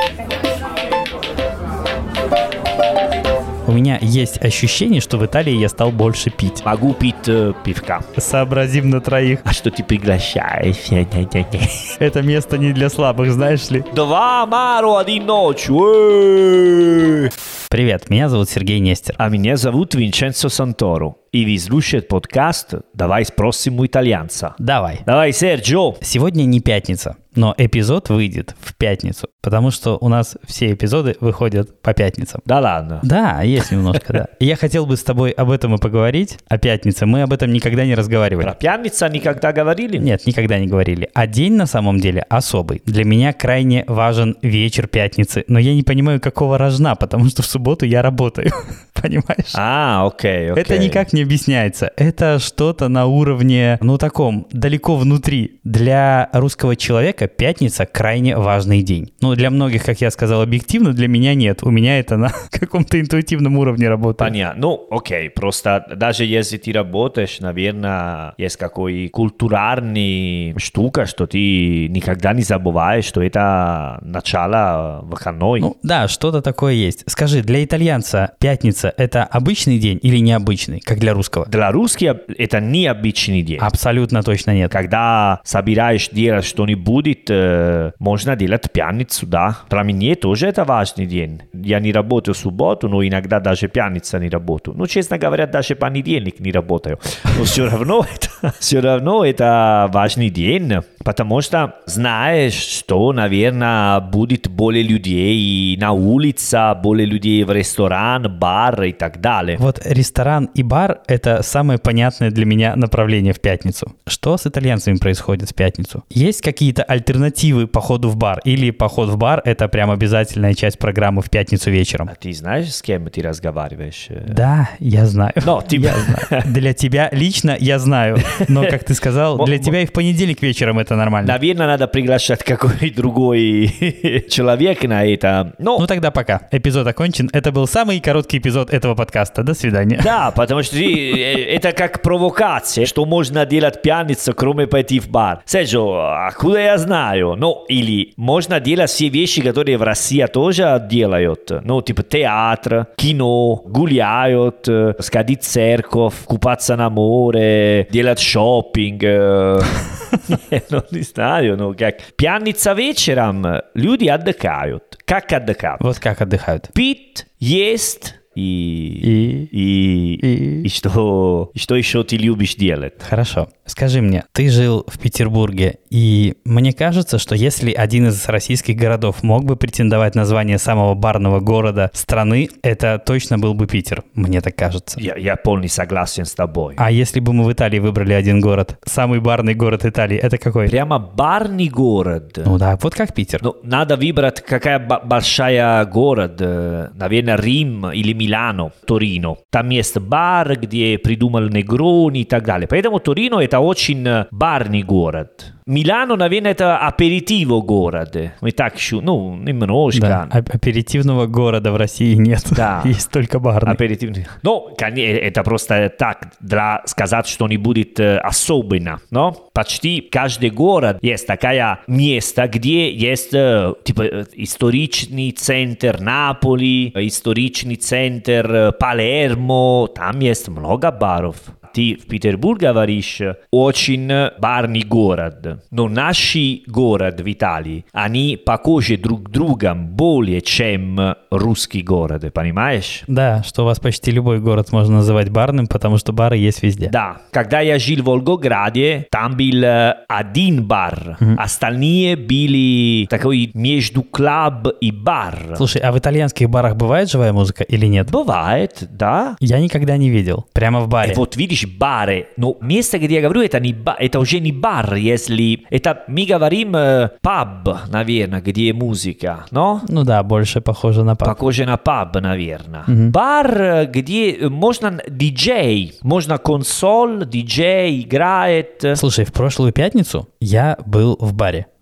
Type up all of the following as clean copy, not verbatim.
У меня есть ощущение, что в Италии я стал больше пить. Могу пить пивка. Сообразим на троих. А что ты приглашаешь? Это место не для слабых, знаешь ли? Два амаро, один ночью. Привет, меня зовут Сергей Нестер. А меня зовут Винченцо Санторо. И вы слушаете подкаст «Давай спросим у итальянца». Давай. Давай, Серджио. Сегодня не пятница, но эпизод выйдет в пятницу, потому что у нас все эпизоды выходят по пятницам. Да ладно? Да, есть немножко, да. И я хотел бы с тобой об этом и поговорить, о пятнице. Мы об этом никогда не разговаривали. Про пятницу никогда говорили? Нет, никогда не говорили. А день на самом деле особый. Для меня крайне важен вечер пятницы, но я не понимаю, какого рожна, потому что в субботу я работаю. Понимаешь? Окей. Это никак не объясняется. Это что-то на уровне, таком, далеко внутри. Для русского человека пятница крайне важный день. Для многих, как я сказал, объективно, для меня нет. У меня это на каком-то интуитивном уровне работает. Понятно. Окей. Просто даже если ты работаешь, наверное, есть какой культурный штука, что ты никогда не забываешь, что это начало выходной. Да, что-то такое есть. Скажи, для итальянца пятница – это обычный день или необычный, как для русского? Для русских это необычный день. Абсолютно точно нет. Когда собираешь делать что-нибудь, можно делать пятницу, да. Для меня тоже это важный день. Я не работаю в субботу, но иногда даже пятница не работаю. Честно говоря, даже понедельник не работаю. Но все равно это важный день, потому что знаешь, что, наверное, будет более людей на улице, более людей в ресторан, бар и так далее. Вот ресторан и бар – это самое понятное для меня направление в пятницу. Что с итальянцами происходит в пятницу? Есть какие-то альтернативы походу в бар? Или поход в бар – это прям обязательная часть программы в пятницу вечером? А ты знаешь, с кем ты разговариваешь? Да, я знаю. Я знаю. Для тебя лично я знаю. Но, как ты сказал, для тебя и в понедельник вечером это нормально. Наверное, надо приглашать какой-то другой человек на это. Тогда пока. Эпизод окончен. Это был самый короткий эпизод этого подкаста. До свидания. Да, потому что это как провокация, что можно делать пьяницу, кроме пойти в бар. Серджио, откуда я знаю? Или можно делать все вещи, которые в России тоже делают. Типа театр, кино, гуляют, сходить в церковь, купаться на море, делать шопинг. Не знаю, как. Пьяница вечером, люди отдыхают. Как отдыхают? Вот как отдыхают. Пить, есть... И что еще ты любишь делать? Хорошо. Скажи мне, ты жил в Петербурге, и мне кажется, что если один из российских городов мог бы претендовать на звание самого барного города страны, это точно был бы Питер. Мне так кажется. Я полностью согласен с тобой. А если бы мы в Италии выбрали один город, самый барный город Италии, это какой? Прямо барный город? Да, вот как Питер. Надо выбрать, какая большая город. Наверное, Рим или Милано, Торино. Там есть бар, где придумал Негрони и так далее. Поэтому Торино это очень барный город. Милано, наверное, это аперитиво город. Мы так еще, немножко. Да, аперитивного города в России нет. Да. Есть только барный. Аперитивный. Это просто так, для сказать, что не будет особенно. Почти каждый город есть такое место, где есть исторический центр Наполи, исторический центр Палермо. Там есть много баров. Ты в Петербурге говоришь, очень барный город. Но наши города в Италии, они похожи друг другом более, чем русский город, понимаешь? Да, что у вас почти любой город можно называть барным, потому что бары есть везде. Да, когда я жил в Волгограде, там был один бар, остальные были такой между клуб и бар. Слушай, а в итальянских барах бывает живая музыка или нет? Бывает, да. Я никогда не видел. Прямо в баре. Вот видишь, бары. Но место, где я говорю, это уже не бар, если... Это мы говорим паб, наверное, где музыка, но? Да, больше похоже на паб. Похоже на паб, наверное. Бар, где можно диджей, можно консоль, диджей играет. Слушай, в прошлую пятницу я был в баре.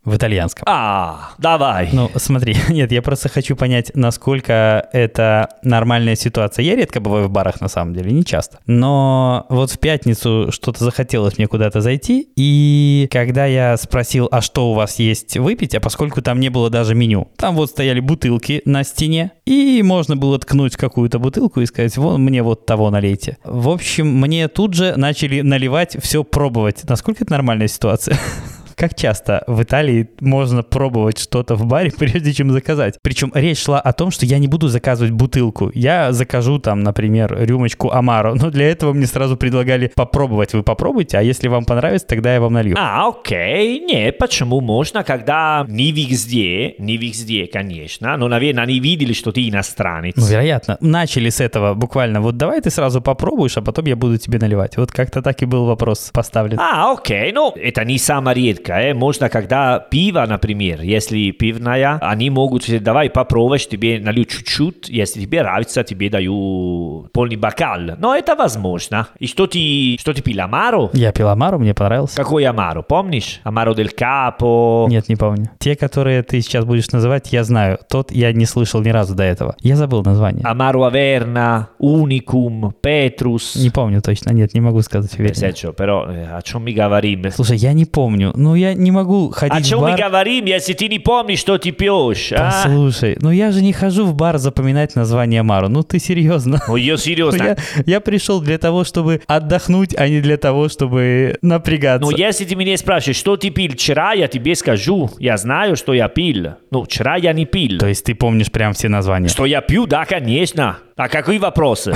в итальянском. Давай. Ну, смотри, нет, я просто хочу понять, насколько это нормальная ситуация. Я редко бываю в барах, на самом деле, не часто. Но вот в пятницу что-то захотелось мне куда-то зайти, и когда я спросил, а что у вас есть выпить, а поскольку там не было даже меню, там вот стояли бутылки на стене, и можно было ткнуть какую-то бутылку и сказать, вон мне вот того налейте. В общем, мне тут же начали наливать, все пробовать. Насколько это нормальная ситуация? Как часто в Италии можно пробовать что-то в баре, прежде чем заказать? Причем речь шла о том, что я не буду заказывать бутылку. Я закажу там, например, рюмочку Амаро, но для этого мне сразу предлагали попробовать. Вы попробуйте, а если вам понравится, тогда я вам налью. Окей. Не, почему можно, когда не везде, конечно, но, наверное, они видели, что ты иностранец. Ну, вероятно. Начали с этого буквально. Вот давай ты сразу попробуешь, а потом я буду тебе наливать. Вот как-то так и был вопрос поставлен. Окей. Ну, это не самое редкое. Можно, когда пиво, например, если пивная, они могут сказать, давай попробуешь, тебе налью чуть-чуть, если тебе нравится, тебе даю полный бокал. Но это возможно. И что ты пил, Амаро? Я пил Амаро, мне понравился. Какой Амаро, помнишь? Амаро дель Капо? Нет, не помню. Те, которые ты сейчас будешь называть, я знаю. Тот я не слышал ни разу до этого. Я забыл название. Амаро Аверна, Уникум, Петрус. Не помню точно. Нет, не могу сказать уверенно. Però о чем мы говорим? Слушай, я не помню. Ну, я не могу ходить в бар. О чем мы говорим, если ты не помнишь, что ты пьешь? Послушай, ну я же не хожу в бар запоминать название Амаро. Ну ты серьезно? Ну я серьезно. Я пришел для того, чтобы отдохнуть, а не для того, чтобы напрягаться. Ну если ты меня спрашиваешь, что ты пил вчера, я тебе скажу. Я знаю, что я пил. Ну вчера я не пил. То есть ты помнишь прям все названия? Что я пью? Да, конечно. А какие вопросы?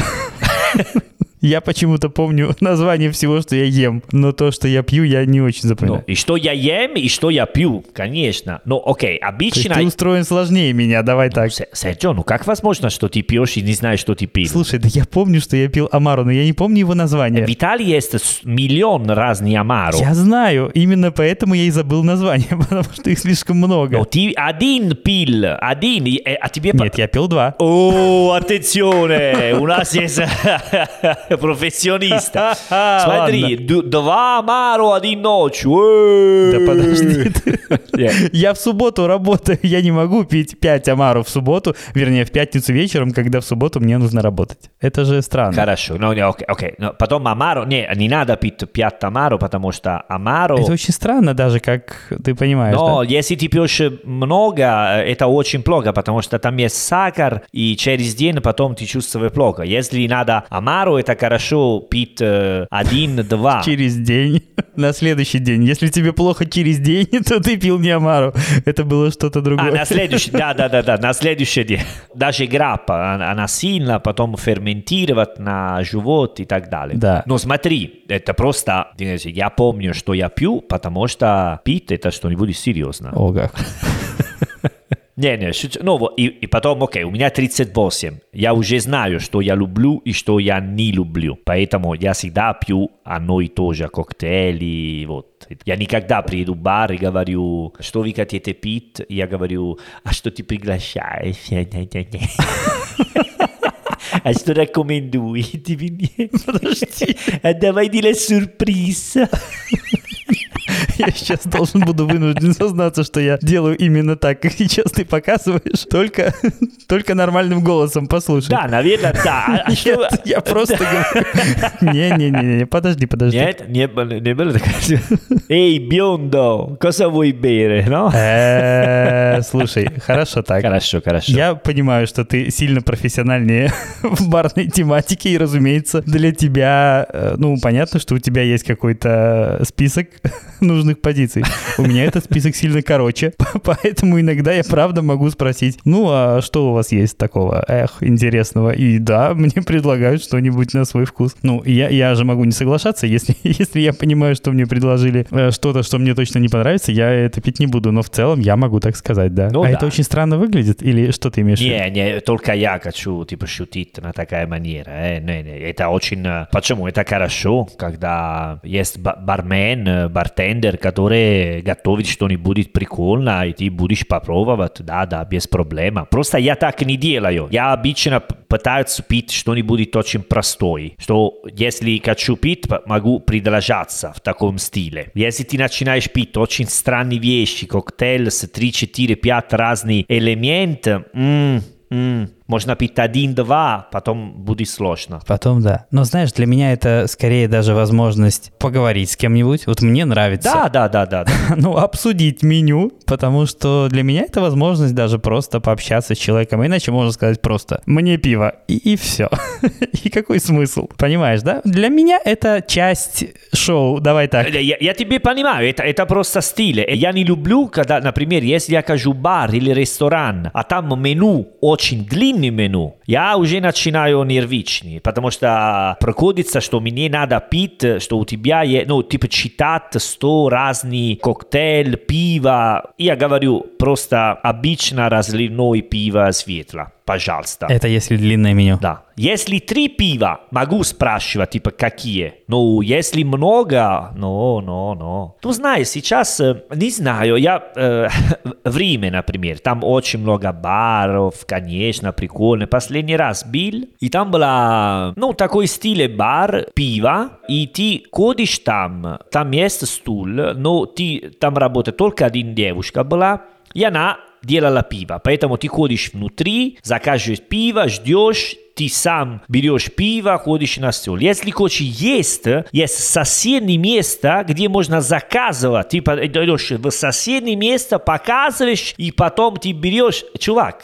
Я почему-то помню название всего, что я ем, но то, что я пью, я не очень запоминаю. И что я ем, и что я пью, конечно. Ну, окей, обычно... То есть ты устроен сложнее меня, давай так. Серджио, ну как возможно, что ты пьешь и не знаешь, что ты пил? Слушай, да я помню, что я пил Амаро, но я не помню его название. В Италии есть миллион разных Амаро. Я знаю, именно поэтому я и забыл название, потому что их слишком много. Но ты один пил, а тебе... Нет, я пил 2. О, attenzione, у нас есть... профессиониста. Смотри, 2 Амаро, 1 ночью. Да подожди ты. Я в субботу работаю, я не могу пить 5 Амаро в субботу, вернее, в пятницу вечером, когда в субботу мне нужно работать. Это же странно. Хорошо, окей. Потом Амаро, не надо пить 5 Амаро, потому что Амаро... Это очень странно даже, как ты понимаешь. Но да? если ты пьешь много, это очень плохо, потому что там есть сахар, и через день потом ты чувствуешь плохо. Если надо Амаро, это хорошо пить 1-2. Через день, на следующий день. Если тебе плохо через день, то ты пил не Амаро. Это было что-то другое. На следующий, да, на следующий день. Даже граппа, она сильно потом ферментировать на живот и так далее. Да. Но смотри, это просто, я помню, что я пью, потому что пить это что-нибудь серьезно. О, как. Не, ну, и потом, окей, у меня 38. Я уже знаю, что я люблю и что я не люблю. Поэтому я всегда пью одно и то же, коктейли, вот. Я никогда приеду в бар и говорю, что вы хотите пить? И я говорю, а что ты приглашаешь? А что рекомендуете? Подожди. А давай делать сюрприз. Я сейчас должен буду вынужден сознаться, что я делаю именно так, как сейчас ты показываешь, только нормальным голосом, послушай. Да, наверное, да. Нет, я просто говорю... Не, подожди. Нет, не было такого. Эй, биондо, cosa vuoi bere, no? Слушай, хорошо так. Хорошо. Я понимаю, что ты сильно профессиональнее в барной тематике, и, разумеется, для тебя, ну, понятно, что у тебя есть какой-то список нужных позиций. У меня этот список сильно короче, поэтому иногда я правда могу спросить, ну, а что у вас есть такого, интересного? И да, мне предлагают что-нибудь на свой вкус. Ну, я же могу не соглашаться, если я понимаю, что мне предложили что-то, что мне точно не понравится, я это пить не буду, но в целом я могу так сказать, да. Ну, да. Это очень странно выглядит, или что ты имеешь в виду? Не, только я хочу, шутить на такая манера. Не, это очень... Почему? Это хорошо, когда есть бармен, бартендер, повар, который готовит что-нибудь прикольное, и ты будешь попробовать, да, без проблем. Просто я так не делаю. Я обычно пытаюсь пить что-нибудь очень простое, что если хочу пить, могу продолжаться в таком стиле. Если ты начинаешь пить очень странные вещи, коктейль с 3, 4, 5 разных элементов, можно пить 1-2, потом будет сложно. Потом да. Но знаешь, для меня это скорее даже возможность поговорить с кем-нибудь. Вот мне нравится. Да. Ну, обсудить меню, потому что для меня это возможность даже просто пообщаться с человеком. Иначе можно сказать просто «мне пиво» и все. И какой смысл? Понимаешь, да? Для меня это часть шоу. Давай так. Я тебе понимаю, это просто стиль. Я не люблю, когда, например, если я хожу в бар или ресторан, а там меню очень длинное меню, я уже начинаю нервичнее, потому что приходится, что мне надо пить, что у тебя есть, читать 100 разных коктейлей, пива. Я говорю просто обычно разливное пиво светло. Пожалуйста. Это если длинное меню. Да. Если 3 пива, могу спрашивать, какие. Но если много, no. Ну, знаешь, сейчас, не знаю, в Риме, например, там очень много баров, конечно, прикольно. Последний раз был, и там была, такой стиль бар, пиво, и ты ходишь там есть стул, но ты там работает только один девушка была, и она делала пиво. Поэтому ты ходишь внутри, заказываешь пиво, ждешь, ты сам берешь пиво, ходишь на стол. Если хочешь есть соседнее место, где можно заказывать. Ты идешь в соседнее место, показываешь, и потом ты берешь. Чувак,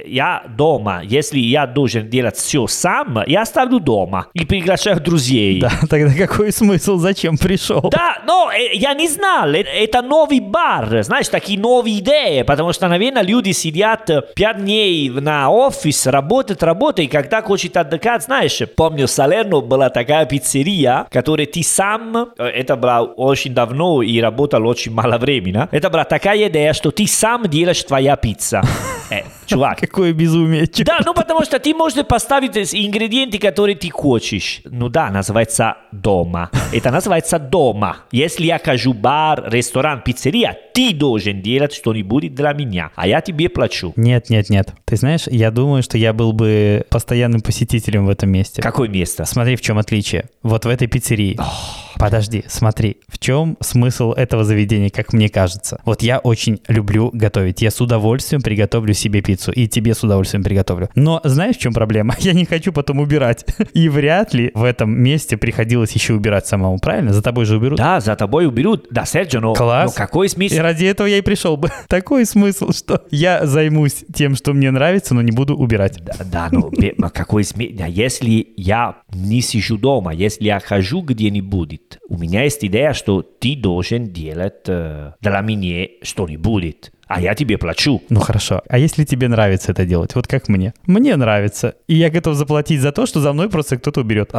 я дома. Если я должен делать все сам, я оставлю дома и приглашаю друзей. Да, тогда какой смысл? Зачем пришел? Да, но я не знал. Это новый бар. Знаешь, такие новые идеи. Потому что, наверное, люди сидят 5 дней на офис, работают, и когда хочет отдыхать, знаешь, помню, в Салерно была такая пиццерия, которая ты сам, это было очень давно и работал очень мало времени, это была такая идея, что ты сам делаешь твоя пицца. Чувак. Какое безумие. Да, потому что ты можешь поставить ингредиенты, которые ты хочешь. Называется дома. Это называется дома. Если я хожу в бар, ресторан, пиццерия, ты должен делать что-нибудь для меня, а я тебе плачу. Нет. Ты знаешь, я думаю, что я был бы постоянным посетителем в этом месте. Какое место? Смотри, в чем отличие. Вот в этой пиццерии. Подожди, смотри, в чем смысл этого заведения, как мне кажется? Вот я очень люблю готовить. Я с удовольствием приготовлю себе пиццу. И тебе с удовольствием приготовлю. Но знаешь, в чем проблема? Я не хочу потом убирать. И вряд ли в этом месте приходилось еще убирать самому. Правильно? За тобой же уберут? Да, за тобой уберут. Да, Серджио, но какой смысл? И ради этого я и пришел бы. Такой смысл, что я займусь тем, что мне нравится, но не буду убирать. Да, но какой смысл? Если я не сижу дома, если я хожу где-нибудь, у меня есть идея, что ты должен делать для меня что-нибудь, а я тебе плачу. Ну хорошо, а если тебе нравится это делать, вот как мне? Мне нравится, и я готов заплатить за то, что за мной просто кто-то уберет.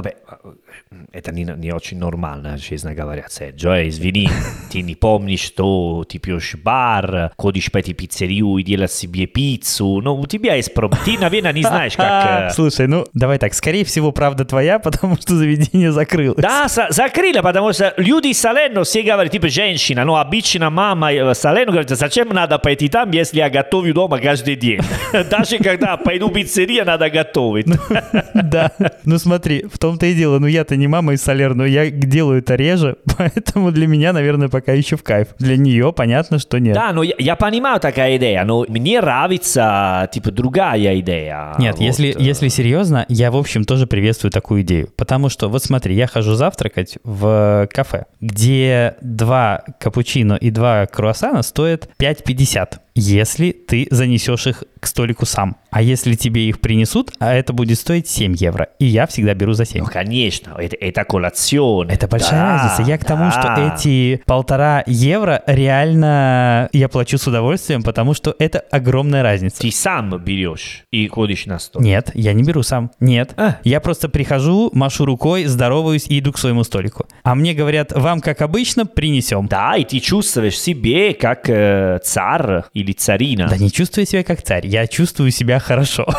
Это не очень нормально, честно говоря, Серджио. Извини, ты не помнишь, что ты пьешь бар, ходишь по этой пиццерию и делаешь себе пиццу, но у тебя есть проблема. Ты, наверное, не знаешь, как... Слушай, давай так, скорее всего, правда твоя, потому что заведение закрылось. Да, закрыли, потому что люди из Салерно все говорят, женщина, обычно мама в Салерно говорит, зачем надо пойти там, если я готовлю дома каждый день? Даже когда пойду в пиццерию, надо готовить. Да, смотри, в том-то и дело, я-то не мама из Салерно, я делаю это реже, поэтому для меня, наверное, пока еще в кайф. Для нее понятно, что нет. Да, я понимаю такая идея, но мне нравится, другая идея. Нет, вот. Если серьезно, я, в общем, тоже приветствую такую идею, потому что, вот смотри, я хожу завтракать в кафе, где 2 капучино и 2 круассана стоят 5,50. Если ты занесешь их к столику сам. А если тебе их принесут, это будет стоить 7 евро. И я всегда беру за 7. Ну, конечно, это коллацион. Это большая разница. Я к тому, что эти 1,5 евро реально я плачу с удовольствием, потому что это огромная разница. Ты сам берешь и ходишь на стол? Нет, я не беру сам. Нет. Я просто прихожу, машу рукой, здороваюсь и иду к своему столику. А мне говорят, вам, как обычно, принесем. Да, и ты чувствуешь себя как царь или царина. Да не чувствую себя как царь, я чувствую себя хорошо.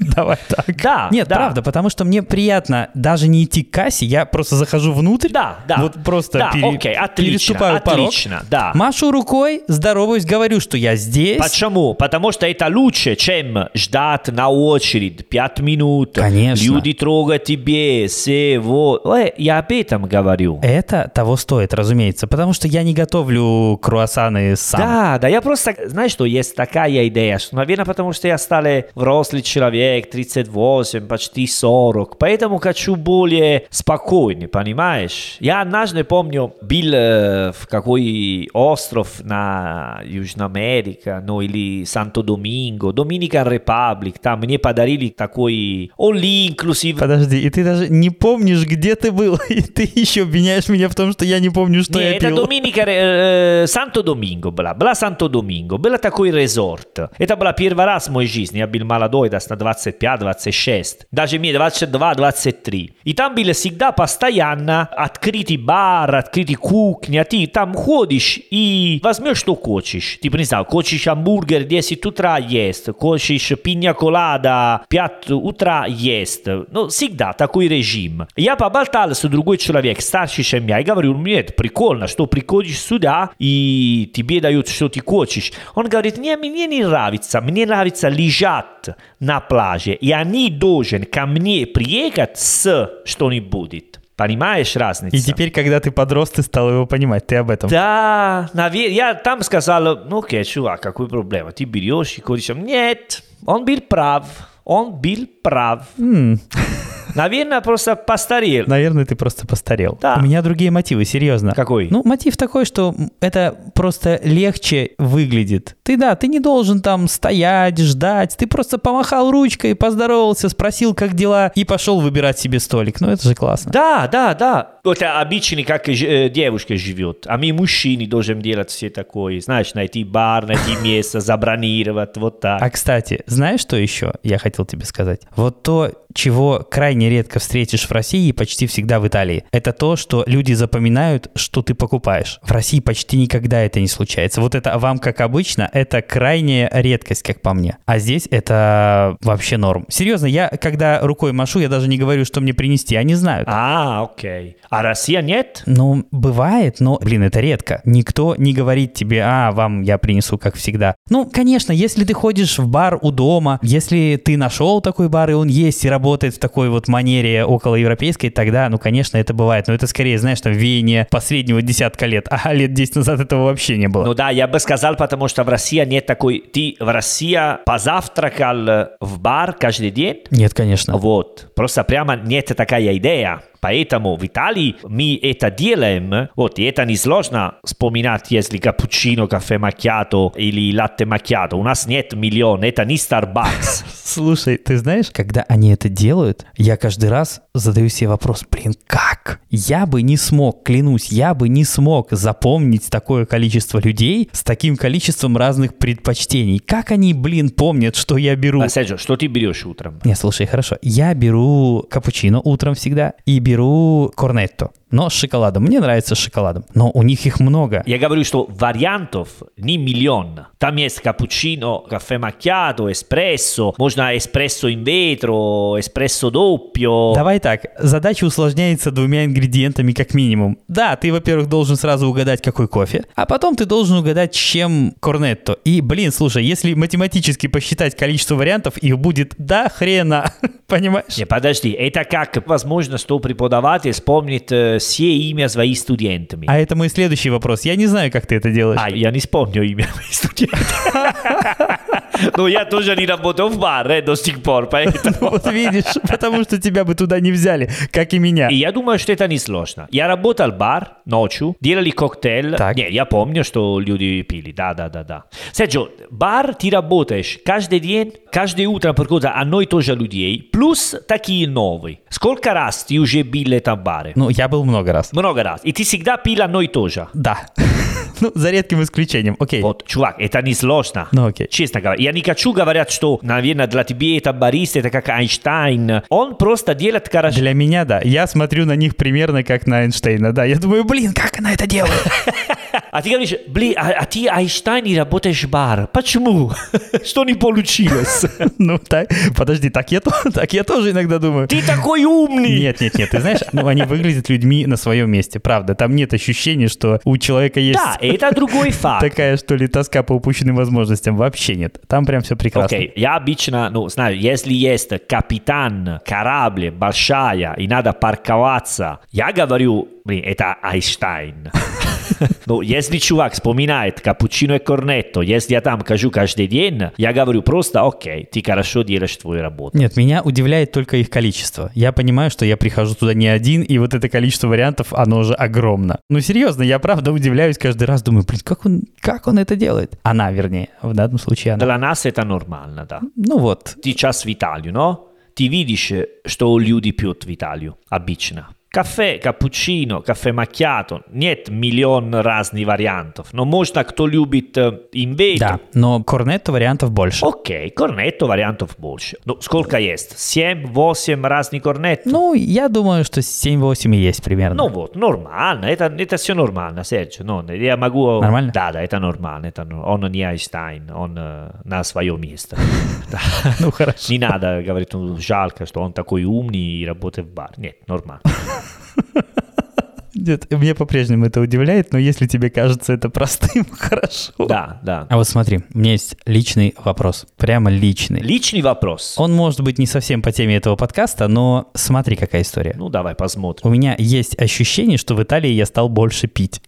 Давай так. Да, Нет, да. правда, потому что мне приятно даже не идти к кассе, я просто захожу внутрь, Да. вот просто Да, окей, переступаю порог, отлично, да. машу рукой, здороваюсь, говорю, что я здесь. Почему? Потому что это лучше, чем ждать на очередь 5 минут. Конечно. Люди трогают тебе, я об этом говорю. Это того стоит, разумеется, потому что я не готовлю круассаны сам. Да, я просто, знаешь, что есть такая идея, что, наверное, потому что я стал взрослый человек, 38, почти 40, поэтому хочу более спокойный, понимаешь? Я однажды, помню, был в какой остров на Южной Америке, ну или Санто-Доминго, Dominican Republic, там мне подарили такой all-inclusive. Подожди, и ты даже не помнишь, где ты был, и ты еще обвиняешь меня в том, что я не помню, что я пил. Это Доминика, Санто-Доминго была Санто-Доминго, был такой резорт. Это была первый раз в моей жизни, я был молодой, на 25-26, даже мне 22-23. И там было всегда постоянно открытый бар, открытый кухня, ты там ходишь и возьмешь, что хочешь. Типа, не знаю, хочешь хамбургер 10 утра есть, хочешь пинья-колада 5 утра есть. Ну, всегда такой режим. Я поболтал с другой человек, старше, чем я, и говорю, нет, прикольно, что приходишь сюда и тебе дают, что ты хочешь. Он говорит, не, мне не нравится, мне нравится лежать на пляже, и они должны ко мне приехать с что-нибудь. Понимаешь разницу? И теперь, когда ты подрос, ты стал его понимать, ты об этом. Да, я там сказал, ну окей, чувак, какой проблема? Ты берешь и ходишь, нет, он был прав. Наверное, просто постарел. Наверное, ты просто постарел. Да. У меня другие мотивы, серьезно. Какой? Ну, мотив такой, что это просто легче выглядит. Ты не должен там стоять, ждать. Ты просто помахал ручкой, поздоровался, спросил, как дела, и пошел выбирать себе столик. Ну, это же классно. Да. Это обычно, как девушка живет. А мы, мужчины, должны делать все такое. Знаешь, найти бар, найти место, забронировать, вот так. А, кстати, знаешь, что еще я хотел тебе сказать? Вот то, чего крайне редко встретишь в России и почти всегда в Италии, это то, что люди запоминают, что ты покупаешь. В России почти никогда это не случается. Вот это вам как обычно, это крайняя редкость, как по мне. А здесь это вообще норм. Серьезно, я когда рукой машу, я даже не говорю, что мне принести, они знают. Окей. А Россия нет? Ну, бывает, но, это редко. Никто не говорит тебе, вам я принесу, как всегда. Ну, конечно, если ты ходишь в бар у дома, если ты нашел такой бар, и он есть, и работает в такой вот манере околоевропейской, тогда, конечно, это бывает. Но это скорее, знаешь, там, веяние последнего десятка лет. А лет 10 назад этого вообще не было. Ну да, я бы сказал, потому что в России нет такой... Ты в России позавтракал в бар каждый день? Нет, конечно. Вот. Просто прямо нет такая идея. Поэтому в Италии мы это делаем. Вот, и это несложно вспоминать, если капучино, кафе макьято или латте макьято. У нас нет миллиона, это не Starbucks. Слушай, ты знаешь, когда они это делают, я каждый раз задаю себе вопрос, как? Я бы не смог, клянусь, я бы не смог запомнить такое количество людей с таким количеством разных предпочтений. Как они, помнят, что я беру? Серджо, что ты берешь утром? Не, слушай, хорошо. Я беру капучино утром всегда и беру корнетто. Но с шоколадом. Мне нравится с шоколадом. Но у них их много. Я говорю, что вариантов не миллион. Там есть капучино, кафе макьято, эспрессо. Можно эспрессо in vetro, эспрессо doppio. Давай так. Задача усложняется 2 ингредиентами как минимум. Да, ты, во-первых, должен сразу угадать, какой кофе. А потом ты должен угадать, чем корнетто. И, слушай, если математически посчитать количество вариантов, их будет до хрена. Понимаешь? Не, подожди. Это как возможно, что преподаватель вспомнит все имя своих студентов. А это мой следующий вопрос. Я не знаю, как ты это делаешь. Я не вспомню имя моих студентов. Но я тоже не работал в баре до сих пор, поэтому... Вот видишь, потому что тебя бы туда не взяли, как и меня. И я думаю, что это не сложно. Я работал в бар ночью, делали коктейль. Так. Не, я помню, что люди пили. Да. Серджо, бар ты работаешь каждый день, каждое утро приходят одно и то же людей, плюс такие новые. Сколько раз ты уже был в этом баре? Я был много раз. Много раз. И ты всегда пил одно и то же? Да. За редким исключением. Окей. Вот, чувак, это не сложно. Окей. Честно говоря. Я не хочу говорить, что, наверное, для тебя это бариста, это как Эйнштейн. Он просто делает хорошо. Для меня, да. Я смотрю на них примерно как на Эйнштейна. Да, я думаю, как она это делает? А ты говоришь, блин, а ты Эйнштейн и работаешь в бар. Почему? Что не получилось? Ну, так, подожди, так я тоже иногда думаю. Ты такой умный! Нет, ты знаешь, они выглядят людьми на своем месте, правда. Там нет ощущения, что у человека есть... Да, это другой факт. Такая, что ли, тоска по упущенным возможностям. Вообще нет. Там прям все прекрасно. Окей, я обычно, знаю, если есть капитан корабля большая и надо парковаться, я говорю, блин, это Эйнштейн. Ну, если чувак вспоминает капучино и корнетто, если я там хожу каждый день, я говорю просто, окей, ты хорошо делаешь твою работу. Нет, меня удивляет только их количество. Я понимаю, что я прихожу туда не один, и вот это количество вариантов, оно же огромно. Ну, серьезно, я правда удивляюсь каждый раз, думаю, блин, как он это делает? Она, вернее, в данном случае она. Для нас это нормально, да. Ну вот. Ты сейчас в Италию, но ты видишь, что люди пьют в Италию обычно. Кафе, капучино, кафе макьято. Нет миллион разных вариантов. Но можно, кто любит имбейто. Да, но корнетто вариантов больше. Окей, корнетто вариантов больше. Ну, сколько есть? 7-8 разных корнетто? Ну, я думаю, что 7-8 и есть примерно. Ну вот, нормально. Это все нормально, Серджио. Ну, я могу... Нормально? Да, это нормально. Он не Эйнштейн, он на своем месте. Ну, хорошо. Не надо говорить, жалко, что он такой умный и работает в бар. Нет, нормально. Нет, мне по-прежнему это удивляет, но если тебе кажется это простым, хорошо. Да. А вот смотри, у меня есть личный вопрос. Прямо личный. Личный вопрос. Он может быть не совсем по теме этого подкаста, но смотри, какая история. Ну, давай посмотрим. У меня есть ощущение, что в Италии я стал больше пить.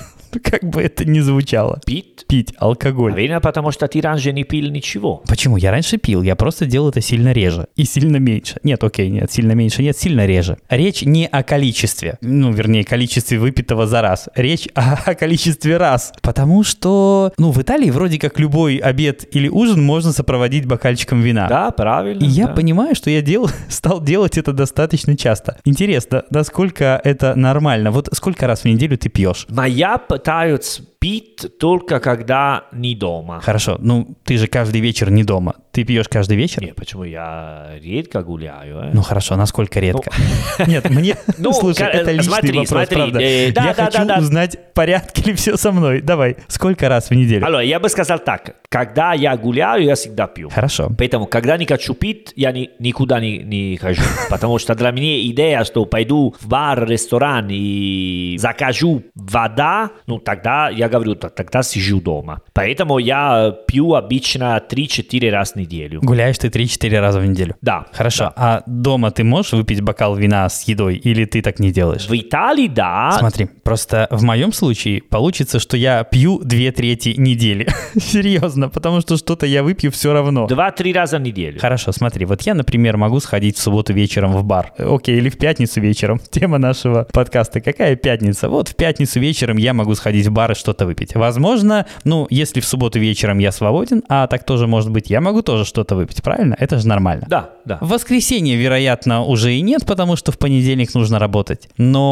Как бы это ни звучало. Пить алкоголь. Наверное, потому что ты раньше не пил ничего. Почему? Я раньше пил, я просто делал это сильно реже. И сильно меньше. Нет, сильно меньше нет, сильно реже. Речь не о количестве. Ну, вернее, количестве выпитого за раз. Речь о количестве раз. Потому что, в Италии вроде как любой обед или ужин можно сопроводить бокальчиком вина. Да, правильно. И я понимаю, что я стал делать это достаточно часто. Интересно, насколько это нормально? Вот сколько раз в неделю ты пьешь? Моя пытаются пить только когда не дома. Хорошо, ты же каждый вечер не дома. Ты пьешь каждый вечер? Нет, почему? Я редко гуляю. Ну хорошо, насколько редко? Нет, мне... Слушай, это личный вопрос, правда. Я хочу узнать, в порядке ли все со мной. Давай, сколько раз в неделю? Алло, я бы сказал так. Когда я гуляю, я всегда пью. Хорошо. Поэтому, когда не хочу пить, я никуда не хожу. Потому что для меня идея, что пойду в бар, ресторан и закажу вода, тогда я говорю, тогда сижу дома. Поэтому я пью обычно 3-4 раза в неделю. Гуляешь ты 3-4 раза в неделю? Да. Хорошо. Да. А дома ты можешь выпить бокал вина с едой, или ты так не делаешь? В Италии, да. Смотри, просто в моем случае получится, что я пью 2/3 недели. Серьезно, потому что что-то я выпью все равно. 2-3 раза в неделю. Хорошо, смотри, вот я, например, могу сходить в субботу вечером в бар. Окей, или в пятницу вечером. Тема нашего подкаста. Какая пятница? Вот в пятницу вечером я могу сходить в бар и что-то выпить. Возможно, если в субботу вечером я свободен, а так тоже может быть, я могу тоже что-то выпить, правильно? Это же нормально. Да. В воскресенье, вероятно, уже и нет, потому что в понедельник нужно работать.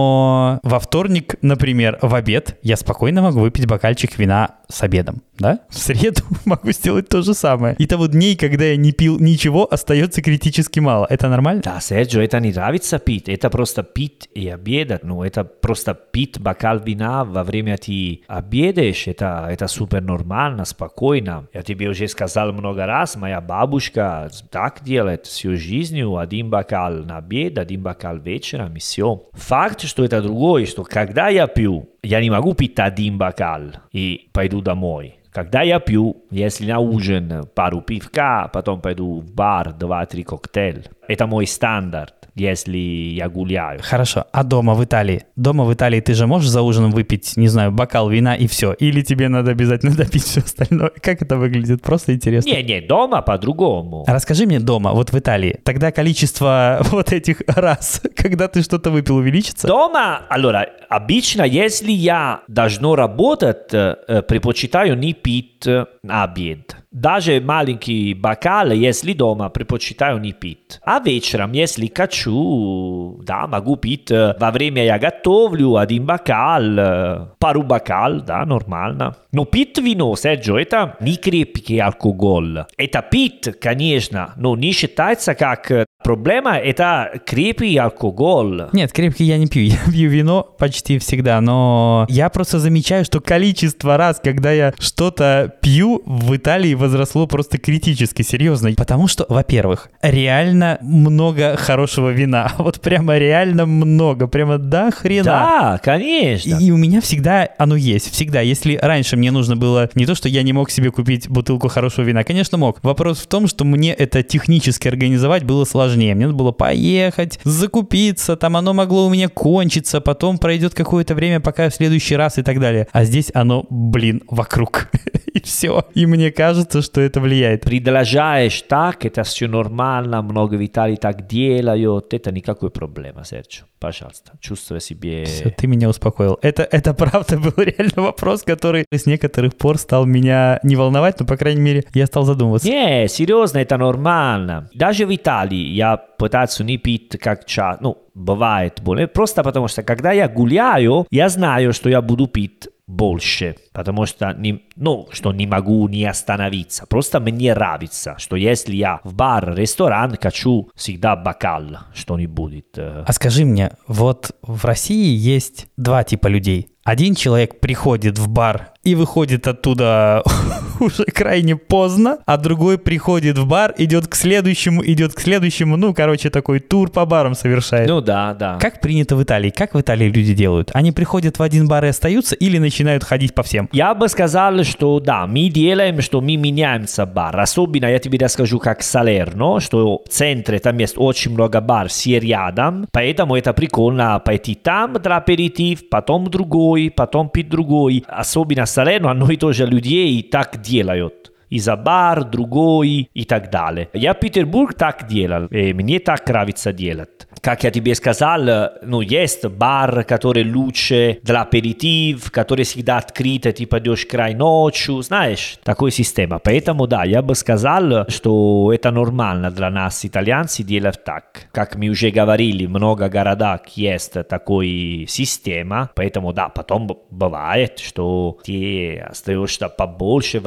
Но во вторник, например, в обед я спокойно могу выпить бокальчик вина с обедом, да? В среду могу сделать то же самое. И того дней, когда я не пил ничего, остается критически мало. Это нормально? Да, Серджио, это не нравится пить. Это просто пить и обедать. Это просто пить бокал вина во время ты обедаешь. Это супер нормально, спокойно. Я тебе уже сказал много раз, моя бабушка так делает всю жизнь. Один бокал на обед, один бокал вечером, и все. Факт, что это другое, что когда я пью, я не могу пить один бокал и пойду домой. Когда я пью, если на ужин пару пивка, потом пойду в бар, 2-3 коктейля. Это мой стандарт, если я гуляю. Хорошо, а дома в Италии? Дома в Италии ты же можешь за ужином выпить, не знаю, бокал вина и все? Или тебе надо обязательно допить все остальное? Как это выглядит? Просто интересно. Не, дома по-другому. Расскажи мне дома, вот в Италии, тогда количество вот этих раз, когда ты что-то выпил, увеличится? Дома, обычно, если я должен работать, предпочитаю не пить на обед. Даже маленький бокал, если дома, предпочитаю не пить. А вечером, если хочу, да, могу пить. Во время я готовлю один бокал, пару бокал, да, нормально. Но пить вино, Серджио, это не крепкий алкоголь. Это пить, конечно, но не считается как проблема это крепкий алкоголь. Нет, крепкий я не пью. Я пью вино почти всегда, но я просто замечаю, что количество раз, когда я что-то пью, в Италии возросло просто критически серьезно. Потому что, во-первых, реально много хорошего вина. Вот прямо реально много. Прямо до хрена. Да, конечно. И у меня всегда оно есть. Всегда. Если раньше мне нужно было не то, что я не мог себе купить бутылку хорошего вина. Конечно, мог. Вопрос в том, что мне это технически организовать было сложнее. Мне надо было поехать, закупиться, там оно могло у меня кончиться, потом пройдет какое-то время, пока в следующий раз и так далее. А здесь оно, вокруг. И все. И мне кажется, что это влияет. Предложаешь так, это все нормально, много в Италии так делают, это никакой проблемы, Серджио. Пожалуйста, чувствуй себе... Все, ты меня успокоил. Это правда был реально вопрос, который с некоторых пор стал меня не волновать, но, по крайней мере, я стал задумываться. Не, серьезно, это нормально. Даже в Италии я пытаюсь не пить как часто, бывает, просто потому что, когда я гуляю, я знаю, что я буду пить больше, потому что что не могу не остановиться. Просто мне нравится, что если я в бар, ресторан, хочу всегда бокал, что-нибудь. А скажи мне, вот в России есть два типа людей. Один человек приходит в бар и выходит оттуда уже крайне поздно, а другой приходит в бар, идет к следующему, такой тур по барам совершает. Да. Как принято в Италии? Как в Италии люди делают? Они приходят в один бар и остаются или начинают ходить по всем? Я бы сказал, что да, мы делаем, что мы меняемся бар. Особенно я тебе расскажу, как Салерно, что в центре там есть очень много бар, все рядом, поэтому это прикольно пойти там для аперитив, потом другой, потом пить другой. Особенно Салерно, одно и то же людей так делают. И за бар, другой и так далее. Я в Петербург так делал, и мне так нравится делать. Как я тебе сказал, есть бар, который лучше для аперитив, который всегда открыт, ты пойдешь край ночью, знаешь, такая система. Поэтому да, я бы сказал, что это нормально для нас, итальянцев, делать так. Как мы уже говорили, много городах есть такой система, поэтому да, потом бывает, что ты остаешься побольше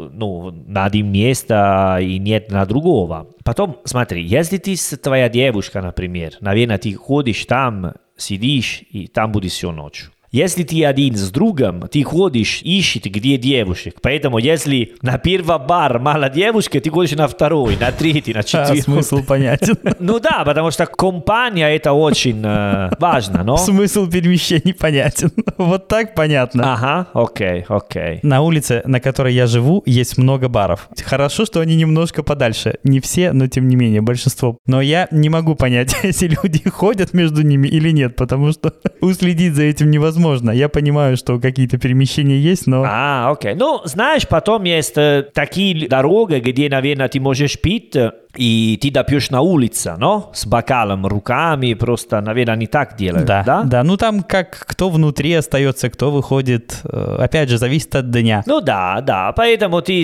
на один место и нет на другого. Потом, смотри, если ты твоя девушка, например, наверное, ты ходишь там, сидишь и там будешь всю ночь. Если ты один с другом, ты ходишь, ищешь, где девушек. Поэтому, если на первый бар мало девушки, ты ходишь на второй, на третий, на четвертый. Смысл понятен. Да, потому что компания это очень важно, но... Смысл перемещений понятен. Вот так понятно. Ага, окей. На улице, на которой я живу, есть много баров. Хорошо, что они немножко подальше. Не все, но тем не менее, большинство. Но я не могу понять, если люди ходят между ними или нет, потому что уследить за этим невозможно. Я понимаю, что какие-то перемещения есть, но... Окей. Знаешь, потом есть такие дороги, где, наверное, ты можешь пить, и ты допьешь на улице, с бокалом, руками, просто, наверное, не так делают, да? Да, там как кто внутри остается, кто выходит, опять же, зависит от дня. Да, поэтому ты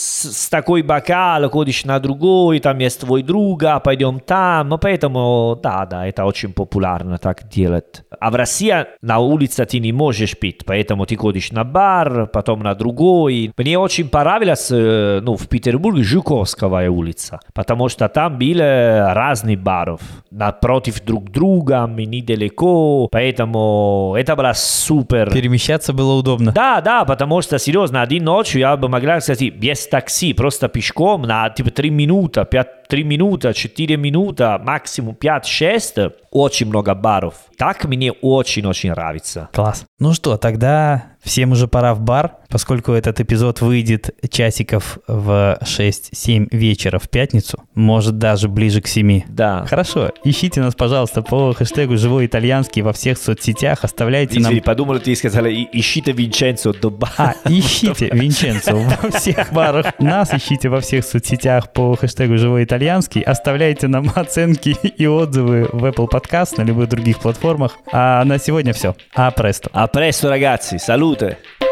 с такой бокал ходишь на другой, там есть твой друг, пойдем там, поэтому, да, это очень популярно так делать. А в России на улице ты не можешь пить, поэтому ты ходишь на бар, потом на другой. Мне очень понравилось, в Петербурге Жуковская улица, потому что там были разные баров, напротив друг друга, недалеко, поэтому это было супер. Перемещаться было удобно. Да, потому что, серьезно, один ночью я бы могла, кстати, без такси, просто пешком на 3 минуты, 3 минуты, 4 минуты, максимум 5-6, очень много баров. Так мне очень-очень нравится. Класс. Ну что, тогда всем уже пора в бар, поскольку этот эпизод выйдет часиков в 6-7 вечера в пятницу, может даже ближе к 7. Да. Хорошо, ищите нас, пожалуйста, по хэштегу «Живой итальянский» во всех соцсетях, оставляйте нам... подумал, ты сказала, ищите Винченцо до бара. Ищите Винченцо во всех барах. Нас ищите во всех соцсетях по хэштегу «Живой итальянский», оставляйте нам оценки и отзывы в Apple Podcast, на любых других платформах. А на сегодня все. А престо. A presto ragazzi, salute!